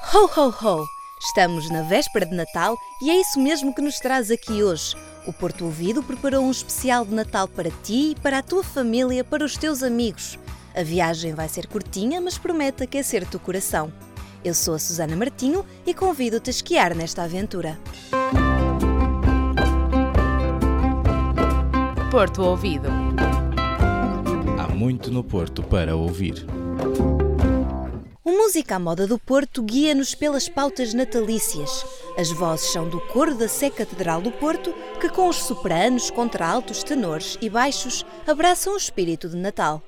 Ho, ho, ho! Estamos na véspera de Natal e é isso mesmo que nos traz aqui hoje. O Porto Ouvido preparou um especial de Natal para ti, para a tua família, para os teus amigos. A viagem vai ser curtinha, mas promete aquecer-te o coração. Eu sou a Susana Martinho e convido-te a esquiar nesta aventura. Porto Ouvido. Há muito no Porto para ouvir. O Música à Moda do Porto guia-nos pelas pautas natalícias. As vozes são do coro da Sé Catedral do Porto, que com os sopranos, contraltos, tenores e baixos abraçam o espírito de Natal.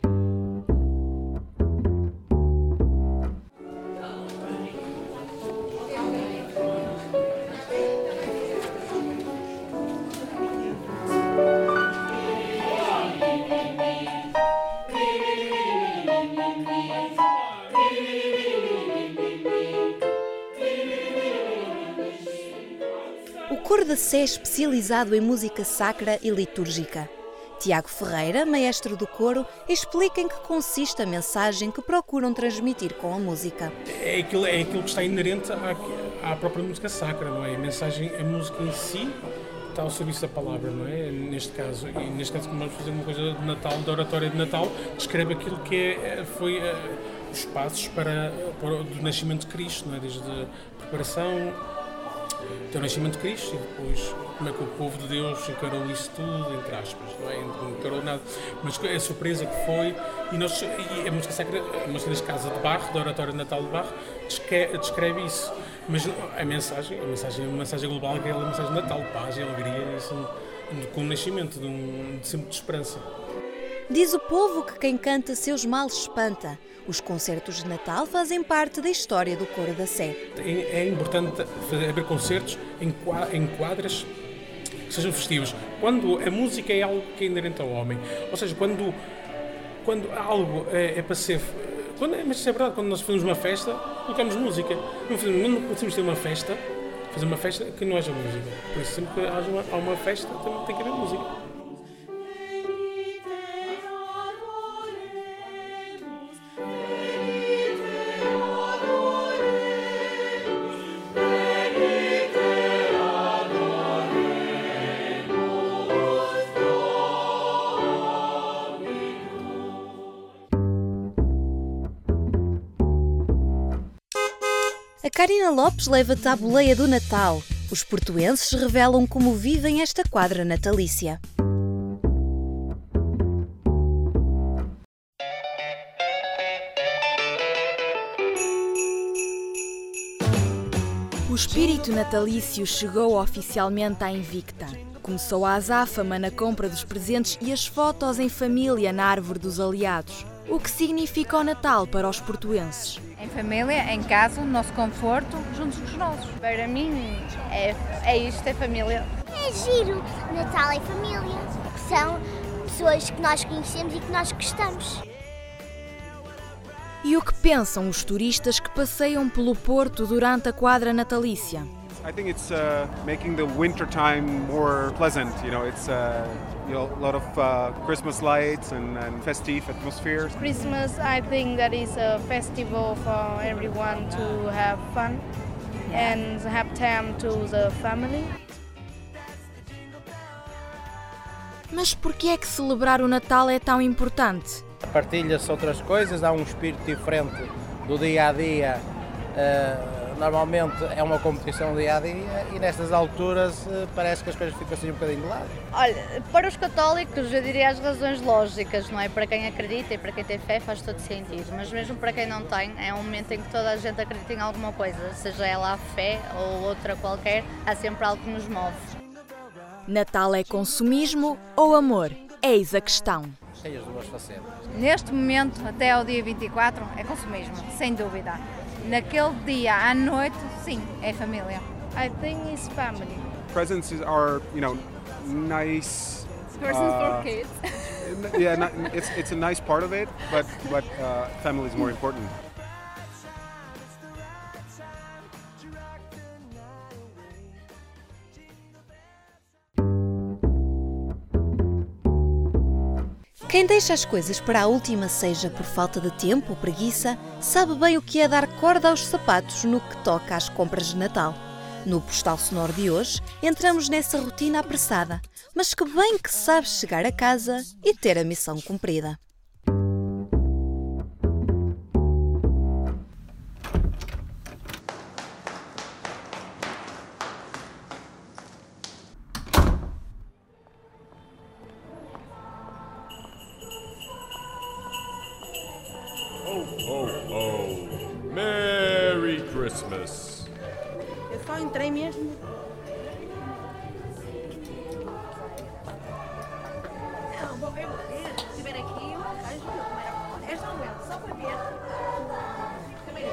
O coro da Sé é especializado em música sacra e litúrgica. Tiago Ferreira, maestro do coro, explica em que consiste a mensagem que procuram transmitir com a música. É aquilo que está inerente à própria música sacra, não é? A música em si está ao serviço da palavra, não é? Neste caso, como vamos fazer uma coisa de Natal, de oratória de Natal, descreve aquilo que foi os passos para do nascimento de Cristo, não é? Desde a preparação até o nascimento de Cristo e depois como é que o povo de Deus encarou isso tudo, entre aspas, não é? Não encarou nada, mas a surpresa que foi, e a música sacra, a música neste caso de Bach, da oratória de Natal de Bach, descreve isso, mas a mensagem é uma mensagem global, que é a mensagem de Natal, de paz e alegria, isso, com o nascimento de sempre de esperança. Diz o povo que quem canta seus males espanta. Os concertos de Natal fazem parte da história do coro da Sé. É importante haver concertos em quadras que sejam festivos. Quando a música é algo que é inerente ao homem, ou seja, quando algo é para ser... Mas isso é verdade, quando nós fazemos uma festa, colocamos música. Não podemos ter uma festa, fazer uma festa que não haja música. Por isso, sempre que há uma festa, tem que haver música. A Karina Lopes leva-te à boleia do Natal. Os portuenses revelam como vivem esta quadra natalícia. O espírito natalício chegou oficialmente à Invicta. Começou a azáfama na compra dos presentes e as fotos em família na árvore dos aliados. O que significa o Natal para os portuenses? Em família, em casa, no nosso conforto, juntos com os nossos. Para mim, é isto, é família. É giro. Natal é família. São pessoas que nós conhecemos e que nós gostamos. E o que pensam os turistas que passeiam pelo Porto durante a quadra natalícia? I think it's making the winter time more pleasant. You know, it's a lot of Christmas lights and festive atmosphere. Christmas, I think that is a festival for everyone to have fun and have time to the family. Mas por que é que celebrar o Natal é tão importante? Partilha-se outras coisas, há um espírito diferente do dia-a-dia. Normalmente é uma competição dia-a-dia e nestas alturas parece que as coisas ficam assim um bocadinho de lado. Olha, para os católicos eu diria as razões lógicas, não é? Para quem acredita e para quem tem fé faz todo sentido, mas mesmo para quem não tem, é um momento em que toda a gente acredita em alguma coisa, seja ela a fé ou outra qualquer, há sempre algo que nos move. Natal é consumismo ou amor? Eis a questão. Tem as duas facetas. Neste momento, até ao dia 24, é consumismo, sem dúvida. Naquele dia à noite, sim, é família. I think it's family. Presents are, nice. Presents for kids. Yeah, it's a nice part of it, but family is more important. Quem deixa as coisas para a última, seja por falta de tempo ou preguiça, sabe bem o que é dar corda aos sapatos no que toca às compras de Natal. No Postal Sonoro de hoje, entramos nessa rotina apressada, mas que bem que sabes chegar a casa e ter a missão cumprida. Merry Christmas! Eu só entrei mesmo. Não, vou ver. Se estiver aqui, eu vejo como era. Esta não é, só para ver. Também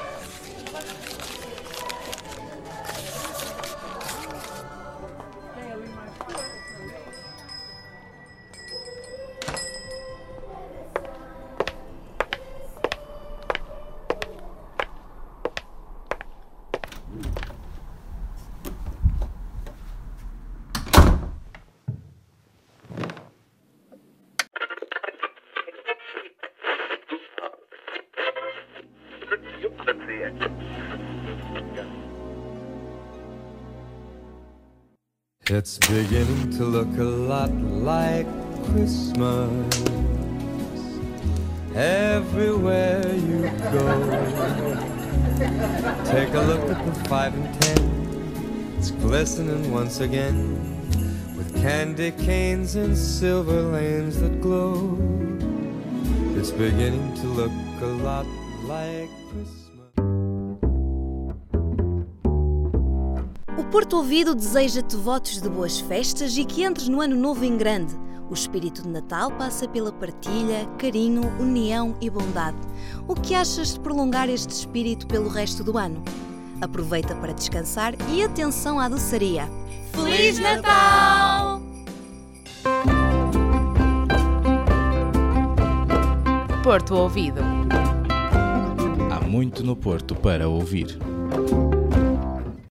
It's beginning to look a lot like Christmas everywhere you go. Take a look at the 5 and 10. It's glistening once again with candy canes and silver lanes that glow. It's beginning to look a lot like Christmas. O Porto Ouvido deseja-te votos de boas festas e que entres no ano novo em grande. O espírito de Natal passa pela partilha, carinho, união e bondade. O que achas de prolongar este espírito pelo resto do ano? Aproveita para descansar e atenção à doçaria. Feliz Natal! Porto Ouvido. Há muito no Porto para ouvir.